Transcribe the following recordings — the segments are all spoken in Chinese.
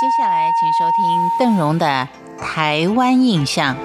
接下来请收听邓荣的台湾印象。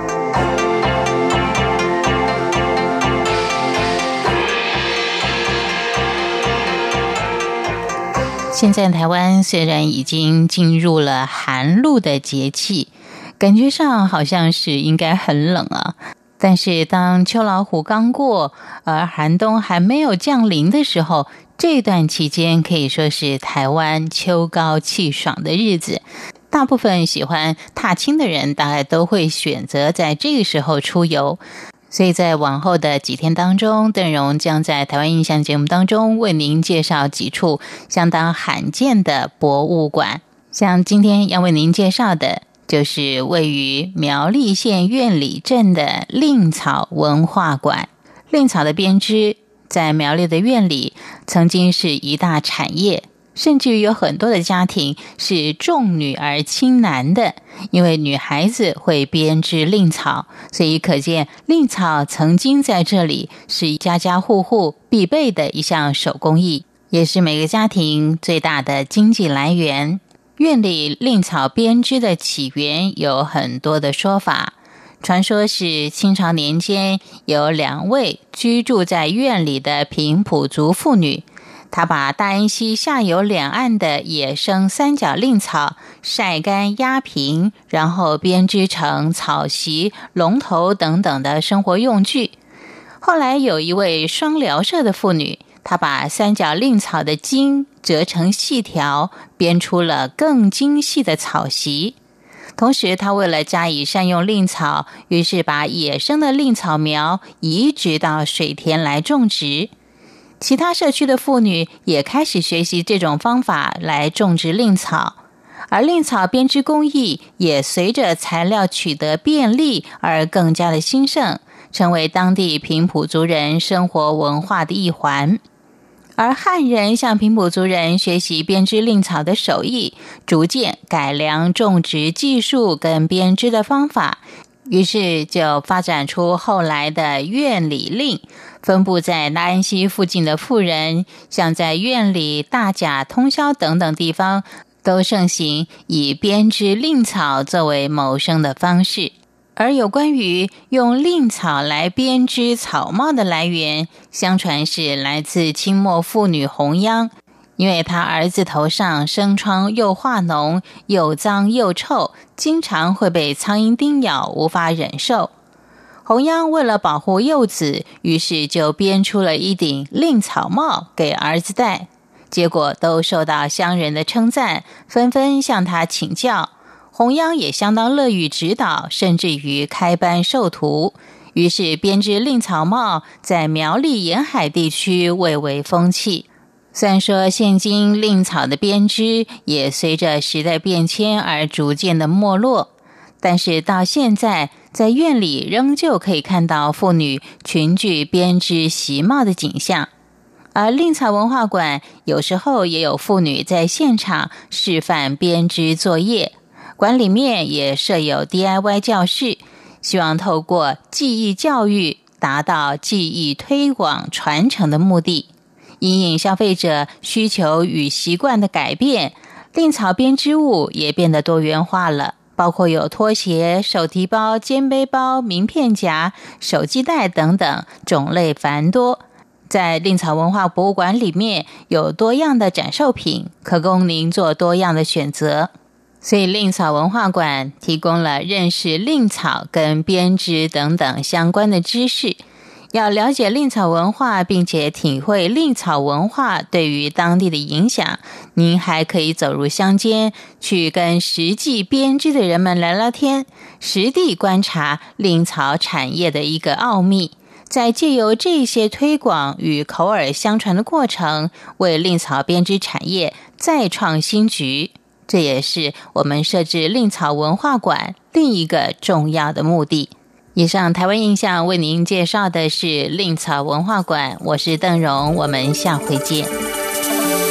现在台湾虽然已经进入了寒露的节气，感觉上好像是应该很冷啊，但是当秋老虎刚过，而寒冬还没有降临的时候，这段期间可以说是台湾秋高气爽的日子。大部分喜欢踏青的人大概都会选择在这个时候出游，所以在往后的几天当中，邓荣将在台湾印象节目当中为您介绍几处相当罕见的博物馆。像今天要为您介绍的就是位于苗栗县苑里镇的蔺草文化馆。蔺草的编织在苗栗的苑里曾经是一大产业，甚至于有很多的家庭是重女而轻男的，因为女孩子会编织蔺草，所以可见蔺草曾经在这里是家家户户必备的一项手工艺，也是每个家庭最大的经济来源。苑里蔺草编织的起源有很多的说法，传说是清朝年间有2位居住在苑里的平埔族妇女，她把大安溪下游两岸的野生三角蔺草晒干压平，然后编织成草席、龙头等等的生活用具。后来有一位双寮社的妇女，她把三角蔺草的茎折成细条，编出了更精细的草席。同时她为了加以善用蔺草，于是把野生的蔺草苗移植到水田来种植。其他社区的妇女也开始学习这种方法来种植蔺草，而蔺草编织工艺也随着材料取得便利而更加的兴盛，成为当地平埔族人生活文化的一环。而汉人向平埔族人学习编织蔺草的手艺，逐渐改良种植技术跟编织的方法，于是就发展出后来的苑里蔺。分布在大安溪附近的妇人，像在苑里、大甲、通霄等等地方，都盛行以编织蔺草作为谋生的方式。而有关于用蔺草来编织草帽的来源，相传是来自清末妇女洪央，因为她儿子头上生疮又化脓，又脏又臭，经常会被苍蝇叮咬，无法忍受。洪央为了保护幼子，于是就编出了一顶蔺草帽给儿子戴，结果都受到乡人的称赞，纷纷向他请教。洪央也相当乐于指导，甚至于开班授徒，于是编织蔺草帽在苗栗沿海地区蔚为风气。虽然说现今蔺草的编织也随着时代变迁而逐渐的没落，但是到现在在苑里仍旧可以看到妇女群聚编织席帽的景象。而蔺草文化馆有时候也有妇女在现场示范编织作业，馆里面也设有 DIY 教室，希望透过技艺教育达到技艺推广传承的目的。因应消费者需求与习惯的改变，蔺草编织物也变得多元化了，包括有拖鞋、手提包、肩背包、名片夹、手机袋等等，种类繁多。在蔺草文化博物馆里面有多样的展售品，可供您做多样的选择。所以蔺草文化馆提供了认识蔺草跟编织等等相关的知识。要了解蔺草文化，并且体会蔺草文化对于当地的影响，您还可以走入乡间，去跟实际编织的人们聊聊天，实地观察蔺草产业的一个奥秘，再借由这些推广与口耳相传的过程，为蔺草编织产业再创新局。这也是我们设置蔺草文化馆另一个重要的目的。以上台湾印象为您介绍的是蔺草文化馆，我是邓荣，我们下回见。